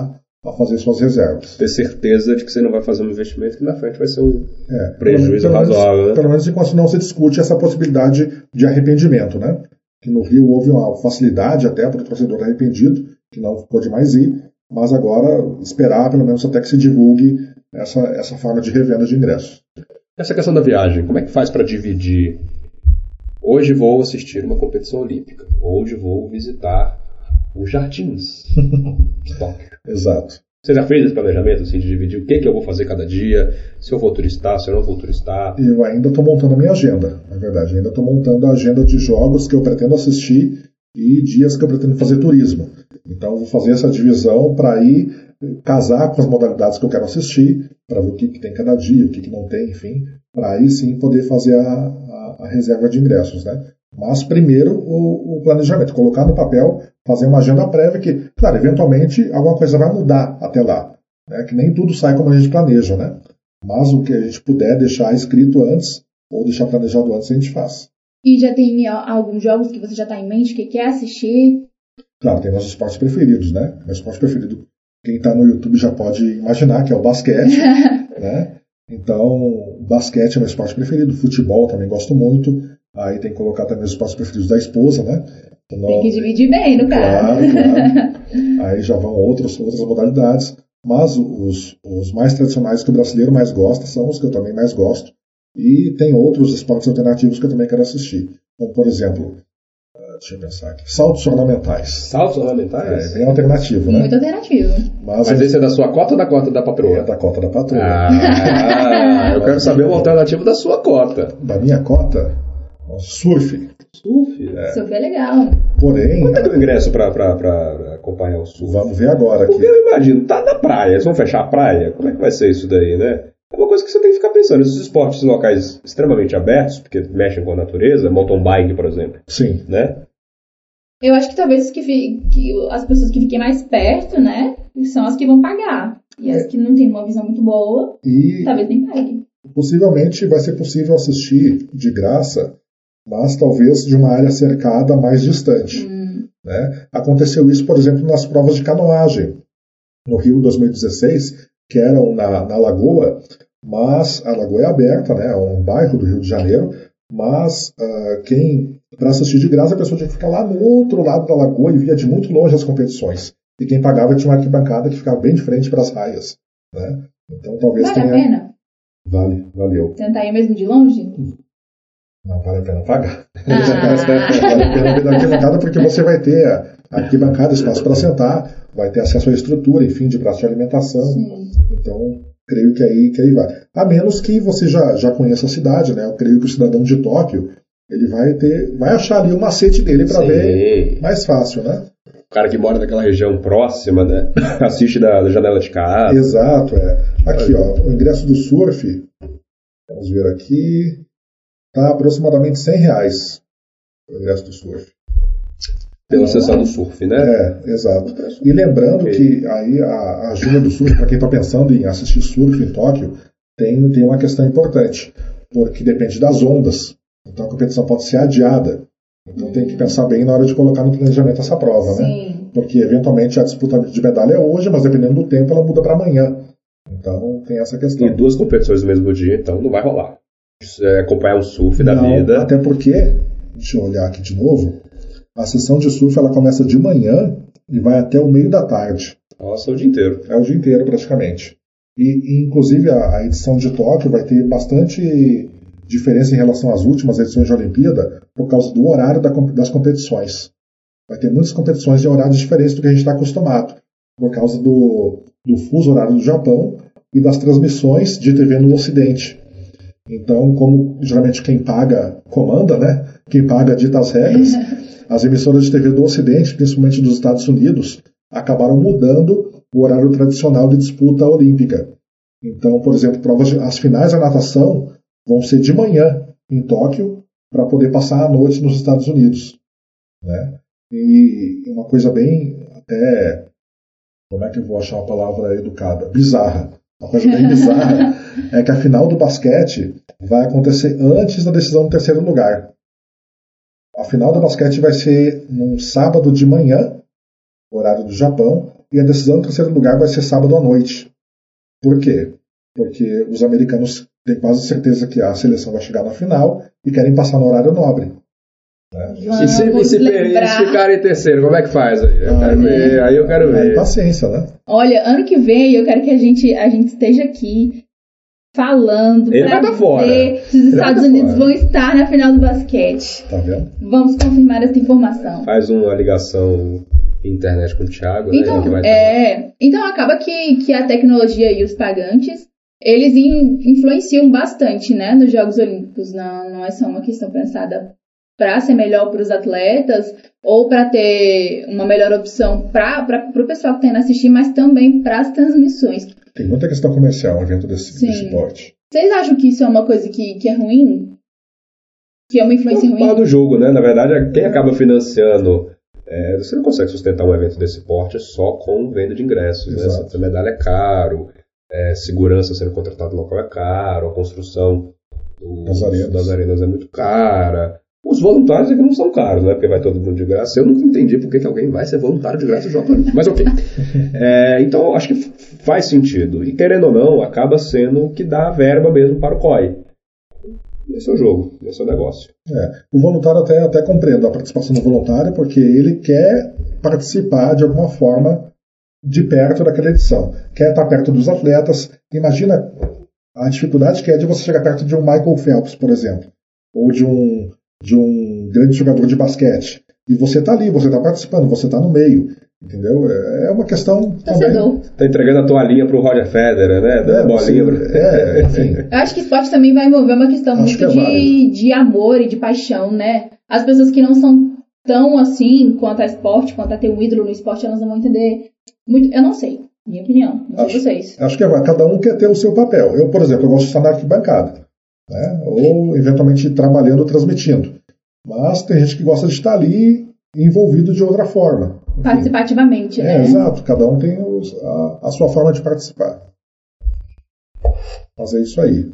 a fazer suas reservas. Ter certeza de que você não vai fazer um investimento que na frente vai ser um é, prejuízo pelo razoável. Menos, né? Pelo menos enquanto não se discute essa possibilidade de arrependimento, né? Que no Rio houve uma facilidade até para o torcedor arrependido, que não pôde mais ir, mas agora esperar pelo menos até que se divulgue essa, essa forma de revenda de ingressos. Essa questão da viagem, como é que faz para dividir? Hoje vou assistir uma competição olímpica, hoje vou visitar os jardins de Tóquio. Exato. Você já fez esse planejamento assim, de dividir o que, que eu vou fazer cada dia, se eu vou turistar, se eu não vou turistar? Eu ainda estou montando a minha agenda, na verdade. Ainda estou montando a agenda de jogos que eu pretendo assistir e dias que eu pretendo fazer turismo. Então eu vou fazer essa divisão para ir casar com as modalidades que eu quero assistir, para ver o que, que tem cada dia, o que, que não tem, enfim, para aí sim poder fazer a, a, a reserva de ingressos, né? Mas primeiro o, o planejamento, colocar no papel, fazer uma agenda prévia que, claro, eventualmente alguma coisa vai mudar até lá, né? Que nem tudo sai como a gente planeja, né? Mas o que a gente puder deixar escrito antes ou deixar planejado antes, a gente faz. E já tem alguns jogos que você já está em mente que quer assistir? Claro, tem nossos esportes preferidos, né? Meu esporte preferido, quem está no YouTube já pode imaginar, que é o basquete, né? Então, o basquete é meu esporte preferido, futebol também gosto muito. Aí tem que colocar também os esportes preferidos da esposa, né? Então, tem que dividir bem, no caso. Claro, claro. Aí já vão outras, outras modalidades. Mas os, os mais tradicionais que o brasileiro mais gosta são os que eu também mais gosto. E tem outros esportes alternativos que eu também quero assistir. Como, por exemplo, uh, deixa eu pensar aqui, saltos ornamentais. Saltos ornamentais? É bem alternativo, né? Muito alternativo. Mas, Mas esse é da sua cota ou da cota da patroa? É da cota da patroa. Ah, eu quero saber uma alternativa da sua cota. Da minha cota? Surf. Surf? É. Surf é legal. Porém... Quanto é o ingresso pra, pra, pra acompanhar o surf? Vamos ver agora aqui. Porque eu imagino, tá na praia, eles vão fechar a praia? Como é que vai ser isso daí, né? É uma coisa que você tem que ficar pensando. Esses esportes em locais extremamente abertos, porque mexem com a natureza, mountain bike, por exemplo. Sim. Né? Eu acho que talvez que, fi, que as pessoas que fiquem mais perto, né, são as que vão pagar. E as que não têm uma visão muito boa, e talvez nem paguem. Possivelmente vai ser possível assistir de graça, mas talvez de uma área cercada mais distante. Hum. Né? Aconteceu isso, por exemplo, nas provas de canoagem, no Rio dois mil e dezesseis, que eram na, na Lagoa, mas a Lagoa é aberta, né? É um bairro do Rio de Janeiro, mas uh, quem, para assistir de graça, a pessoa tinha que ficar lá no outro lado da Lagoa e via de muito longe as competições. E quem pagava tinha uma arquibancada que ficava bem de frente para as raias. Né? Então talvez vale tenha... a pena? Vale, valeu. Tentar ir mesmo de longe? Não vale a pena pagar. Ah. Vale a pena ir da arquibancada porque você vai ter a arquibancada, espaço para sentar, vai ter acesso à estrutura, enfim, de praça de alimentação. Sim. Então, creio que aí, que aí vai. A menos que você já, já conheça a cidade, né? Eu creio que o cidadão de Tóquio, ele vai ter, vai achar ali o macete dele para ver mais fácil, né? O cara que mora naquela região próxima, né? Assiste da, da janela de casa. Exato, é. Aqui, ó, o ingresso do surf, vamos ver aqui, tá aproximadamente cem reais o ingresso do surf. Pela sessão do surf, né? É, exato. E lembrando okay. que aí a, a ajuda do surf, para quem está pensando em assistir surf em Tóquio, tem, tem uma questão importante, porque depende das ondas. Então a competição pode ser adiada. Então tem que pensar bem na hora de colocar no planejamento essa prova, Sim. né? Porque eventualmente a disputa de medalha é hoje, mas dependendo do tempo ela muda para amanhã. Então tem essa questão. E duas competições no mesmo dia, então não vai rolar. É acompanhar um surf da não, vida. Até porque, deixa eu olhar aqui de novo, a sessão de surf ela começa de manhã e vai até o meio da tarde. Nossa, é o dia inteiro. É o dia inteiro praticamente. E, e inclusive a, a edição de Tóquio vai ter bastante diferença em relação às últimas edições de Olimpíada por causa do horário da, das competições. Vai ter muitas competições em horários diferentes do que a gente está acostumado, por causa do, do fuso horário do Japão e das transmissões de T V no Ocidente. Então, como geralmente quem paga comanda, né? Quem paga dita as regras, as emissoras de T V do Ocidente, principalmente dos Estados Unidos, acabaram mudando o horário tradicional de disputa olímpica. Então, por exemplo, provas de, as finais da natação vão ser de manhã em Tóquio para poder passar a noite nos Estados Unidos. Né? E uma coisa bem, até, como é que eu vou achar uma palavra educada? Bizarra. Uma coisa bem bizarra é que a final do basquete vai acontecer antes da decisão do terceiro lugar. A final do basquete vai ser num sábado de manhã, horário do Japão, e a decisão do terceiro lugar vai ser sábado à noite. Por quê? Porque os americanos têm quase certeza que a seleção vai chegar na final e querem passar no horário nobre. Né? E se, e se, e se ficar em terceiro, como é que faz aí? Eu quero ver, aí eu quero ver. É paciência, né? Olha, ano que vem eu quero que a gente, a gente esteja aqui falando Ele vai pra tá fora. ver se os Ele Estados vai tá Unidos fora. vão estar na final do basquete. Tá vendo? Vamos confirmar essa informação. Faz uma ligação internet com o Thiago, Então, né? Que vai é, então acaba que, que a tecnologia e os pagantes, eles in, influenciam bastante, né, nos Jogos Olímpicos. Não, não é só uma questão pensada para ser melhor para os atletas ou para ter uma melhor opção para o pessoal que está indo assistir, mas também para as transmissões. Tem muita questão comercial um evento desse, Sim. desse porte. Vocês acham que isso é uma coisa que, que é ruim? Que é uma influência Faz parte ruim? do jogo, né? Na verdade, quem acaba financiando. É, você não consegue sustentar um evento desse porte só com venda de ingressos. Né? Exato. Essa medalha é caro, é, segurança sendo contratado no local é caro, a construção dos, Das arenas. das arenas é muito cara. Os voluntários é que não são caros, né? Porque vai todo mundo de graça. Eu nunca entendi por que que alguém vai ser voluntário de graça no Jogo Olímpico. Mas ok. É, então, acho que faz sentido. E querendo ou não, acaba sendo o que dá a verba mesmo para o C O I. Esse é o jogo, esse é o negócio. É, o voluntário até, até compreendo a participação do voluntário, porque ele quer participar de alguma forma de perto daquela edição. Quer estar perto dos atletas. Imagina a dificuldade que é de você chegar perto de um Michael Phelps, por exemplo, ou de um, de um grande jogador de basquete. E você está ali, você está participando, você está no meio. Entendeu? É uma questão Torcedor. também... Tá entregando a toalhinha pro Roger Federer, né? Dando É, bolinha. você- Pro... é, enfim. Eu acho que esporte também vai envolver uma questão Acho muito que é de, válido. de amor e de paixão, né? As pessoas que não são tão assim quanto a esporte, quanto a ter um ídolo no esporte, elas não vão entender muito. Eu não sei, minha opinião, não sei Acho- vocês. Acho que é, cada um quer ter o seu papel. Eu, por exemplo, eu gosto de estar na arquibancada, né? Ou eventualmente trabalhando, transmitindo. Mas tem gente que gosta de estar ali envolvido de outra forma. Enfim. Participativamente, É, né? exato. Cada um tem os- a, a sua forma de participar. Mas é isso aí.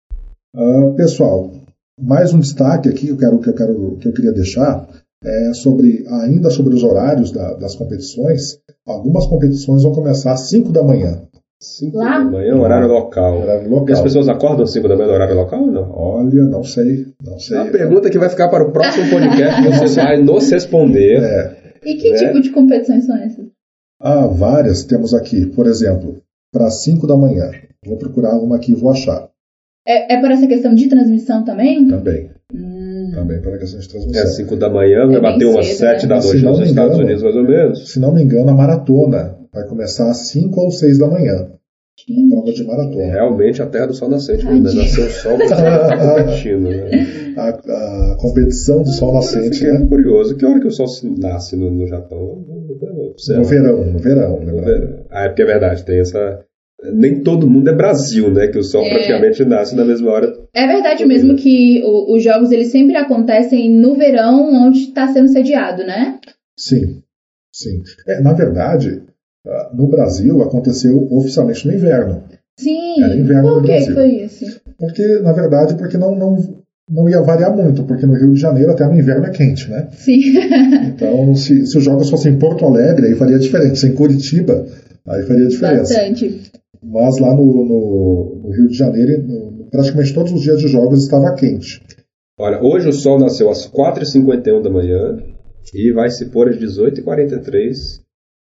Ah, pessoal, mais um destaque aqui que eu, quero, que, eu quero, que eu queria deixar é sobre, ainda sobre os horários da- das competições. Algumas competições vão começar às cinco da manhã, cinco Lá? da manhã, horário local. horário E as local. pessoas acordam às cinco da manhã no horário local ou não? Olha, não sei, não sei. É uma pergunta que vai ficar para o próximo podcast, você vai nos responder. É, E que né? tipo de competições são essas? há várias, temos aqui, por exemplo, para as cinco da manhã. Vou procurar uma aqui e vou achar É, é por essa questão de transmissão também? também. Hum, Também para a questão de É transmissão. às cinco da manhã, vai É bem bater umas cedo, sete né? da Mas noite se não nos me Estados engano- Unidos, mais ou menos. Se não me engano, a maratona vai começar às cinco ou seis da manhã. A prova de É maratona. realmente a terra do sol nascente, né? Tadinho. Nasceu o sol, você tá competindo, né? A, a competição do sol Eu nascente, fiquei né? curioso. Que hora que o sol se nasce no, no Japão? No verão, no verão. No Né? verão. Ah, é porque é verdade, tem essa... Nem todo mundo é Brasil, né? Que o sol É. praticamente nasce na mesma hora. É verdade mesmo que o- os jogos eles sempre acontecem no verão onde está sendo sediado, né? Sim, sim. É, na verdade, ah, no Brasil aconteceu oficialmente no inverno. Sim. Era inverno Por no que Brasil. foi isso? Porque, na verdade, porque não, não, não ia variar muito, porque no Rio de Janeiro até no inverno é quente, né? Sim. Então, se, se os jogos fossem em Porto Alegre, aí faria diferença. Em Curitiba, aí faria diferença. Bastante. Mas lá no, no- no Rio de Janeiro, no- praticamente todos os dias de jogos estava quente. Olha, hoje o sol nasceu às quatro e cinquenta e um da manhã e vai se pôr às dezoito e quarenta e três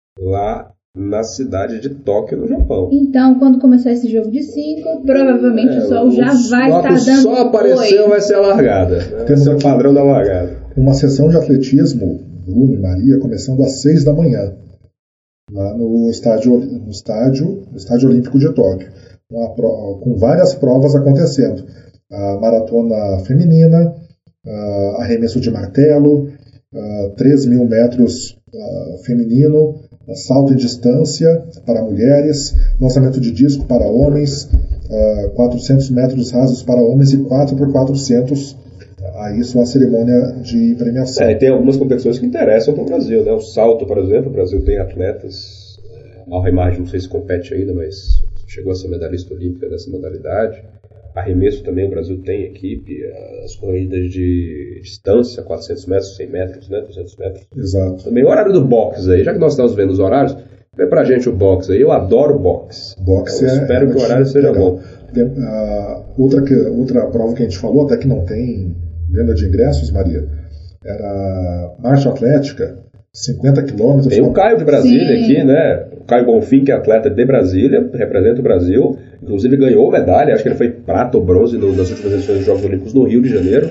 lá na cidade de Tóquio, no Japão. Então, quando começar esse jogo de cinco, provavelmente o sol já vai Só estar que o dando sol apareceu, oi. vai ser a largada. Né? Vai Temos ser o aqui- padrão da largada. Uma sessão de atletismo, Bruno e Maria, começando às seis da manhã, lá no estádio, no estádio, no estádio Olímpico de Tóquio, uma pro- com várias provas acontecendo. A maratona feminina, a arremesso de martelo, a três mil metros ah, feminino, a salto em distância para mulheres, lançamento de disco para homens, ah, quatrocentos metros rasos para homens e quatro por quatrocentos. Aí isso é uma cerimônia de premiação. É, e tem algumas competições que interessam para o Brasil, né? O salto, por exemplo, o Brasil tem atletas. A Alremar, não sei se compete ainda, mas chegou a ser medalhista olímpica dessa modalidade. Arremesso também, o Brasil tem equipe. As corridas de distância, quatrocentos metros, cem metros, né? duzentos metros. Exato. Também o horário do boxe aí, já que nós estamos vendo os horários, Vê pra gente o boxe aí, eu adoro boxe. Boxe eu é, espero é que o horário seja legal. bom. Tem, uh, outra, que, outra prova que a gente falou, até que não tem venda de ingressos, Maria, era marcha atlética, cinquenta quilômetros. Tem o Caio de Brasília Sim. aqui, né? O Caio Bonfim, que é atleta de Brasília, representa o Brasil, inclusive ganhou medalha, acho que ele foi prata ou bronze no, nas últimas edições dos Jogos Olímpicos no Rio de Janeiro,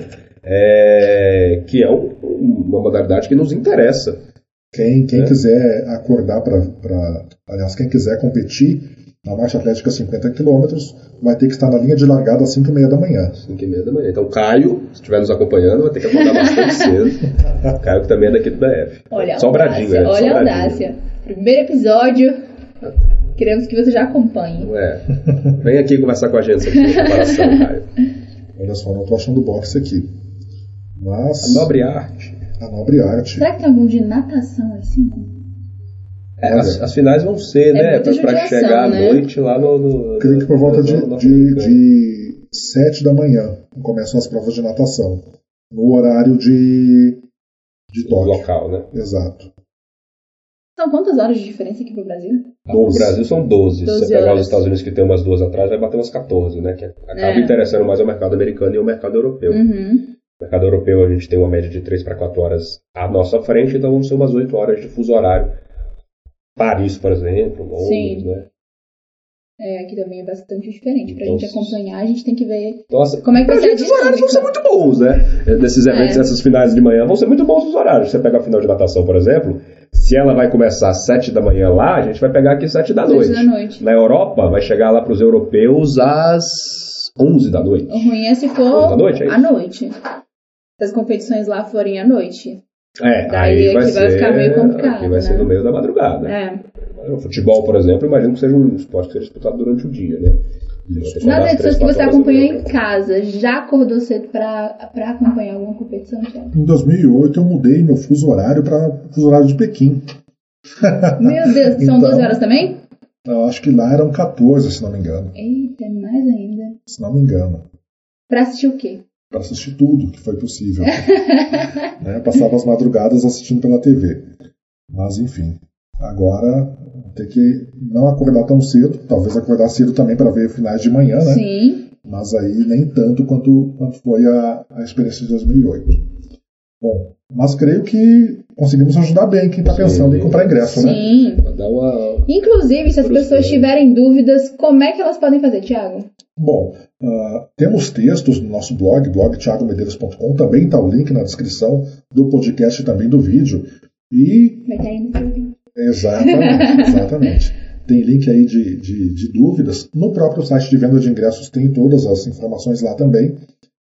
é, que é um, uma modalidade que nos interessa. Quem, quem É. quiser acordar para. Aliás, quem quiser competir na marcha atlética cinquenta quilômetros, vai ter que estar na linha de largada às cinco e meia da manhã. cinco e meia da manhã. Então, Caio, se estiver nos acompanhando, vai ter que acordar bastante cedo. Caio, que também é daqui do D F. Olha a Sobradinho, audácia, né? olha a Sobradinho. audácia. Primeiro episódio, queremos que você já acompanhe. É. Vem aqui conversar com a gente sobre a preparação, Caio. Olha só, não estou achando boxe aqui. Mas. A nobre arte. A nobre arte. Será que tem algum de natação assim? É, as, as finais vão ser, É né? muita Pra judiação, chegar à né? noite lá no. no Creio que por volta no- de, no- no- de, de sete da manhã começam as provas de natação. No horário de, de no Tóquio. local, né? Exato. São quantas horas de diferença aqui pro Brasil? No Brasil são doze. Se doze você pegar horas. os Estados Unidos, que tem umas duas atrás, vai bater umas quatorze, né? Que acaba É. interessando mais ao mercado americano e ao mercado europeu. Uhum. No mercado europeu, a gente tem uma média de três para quatro horas à nossa frente, então vão ser umas oito horas de fuso horário. Paris, por exemplo, Londres, Sim. né? É, aqui também é bastante diferente. Pra Então, gente acompanhar, a gente tem que ver Então, assim, como é que vai pra ser a gente, os horários vão ser dinâmica. muito bons, né? Nesses eventos, É. essas finais de manhã, vão ser muito bons os horários. Você pega a final de natação, por exemplo, se ela vai começar às sete da manhã lá, a gente vai pegar aqui às sete da noite. Sete da noite. Na Europa, vai chegar lá para os europeus às onze da noite. O ruim é se Onze for da noite, é isso? à noite. Se as competições lá forem à noite. É, Daí aí vai, aqui ser, vai ficar meio complicado, aqui vai ser né? no meio da madrugada. É. O futebol, por exemplo, imagino que seja um esporte que seja disputado durante o dia, né? Você Nas acordar às edições três, que quatro você horas acompanhou da em manhã. casa, já acordou cedo pra, pra acompanhar alguma competição, Thiago? Em dois mil e oito eu mudei meu fuso horário para fuso horário de Pequim. Meu Deus, são Então- doze horas também? Eu acho que lá eram quatorze, se não me engano. Eita, mais ainda. Se não me engano. Pra assistir o quê? Para assistir tudo que foi possível. Né, eu passava as madrugadas assistindo pela T V. Mas enfim, agora vou ter que não acordar tão cedo, talvez acordar cedo também para ver finais de manhã, né? Sim. Mas aí nem tanto quanto, quanto foi a, a experiência de dois mil e oito. Bom, mas creio que conseguimos ajudar bem quem está Sim. pensando em comprar ingresso, né? Sim. Vai dar uma... Inclusive, se as Frustrante. pessoas tiverem dúvidas, como é que elas podem fazer, Thiago? Bom, ah, temos textos no nosso blog, blog thiago medeiros ponto com, também está o link na descrição do podcast e também do vídeo. E Vai estar aí no seu vídeo. Exatamente, exatamente. Tem link aí de, de, de dúvidas. No próprio site de venda de ingressos tem todas as informações lá também.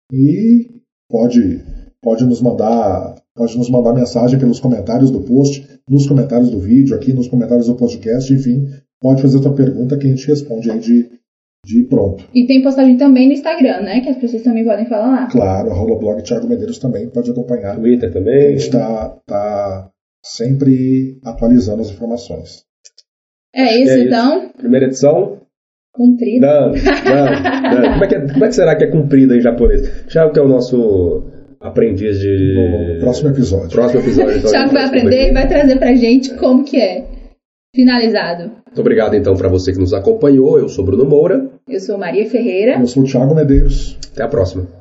E pode, pode, nos mandar, pode nos mandar mensagem pelos comentários do post, nos comentários do vídeo, aqui nos comentários do podcast, enfim. Pode fazer a tua pergunta que a gente responde aí de, de pronto. E tem postagem também no Instagram, né? Que as pessoas também podem falar lá. Claro, arroba blog Thiago Medeiros também pode acompanhar. Twitter A também. gente está tá sempre atualizando as informações. É isso, é isso. então. Primeira edição. Cumprido. Dan, Dan, Dan. Como, é que é- como é que será que é cumprida em japonês? Thiago, que é o nosso aprendiz de... No próximo episódio. Próximo episódio. então, Thiago vai aprender e vai trazer pra gente como que é. Finalizado. Muito obrigado, então, para você que nos acompanhou. Eu sou Bruno Moura. Eu sou Maria Ferreira. Eu sou o Thiago Medeiros. Até a próxima.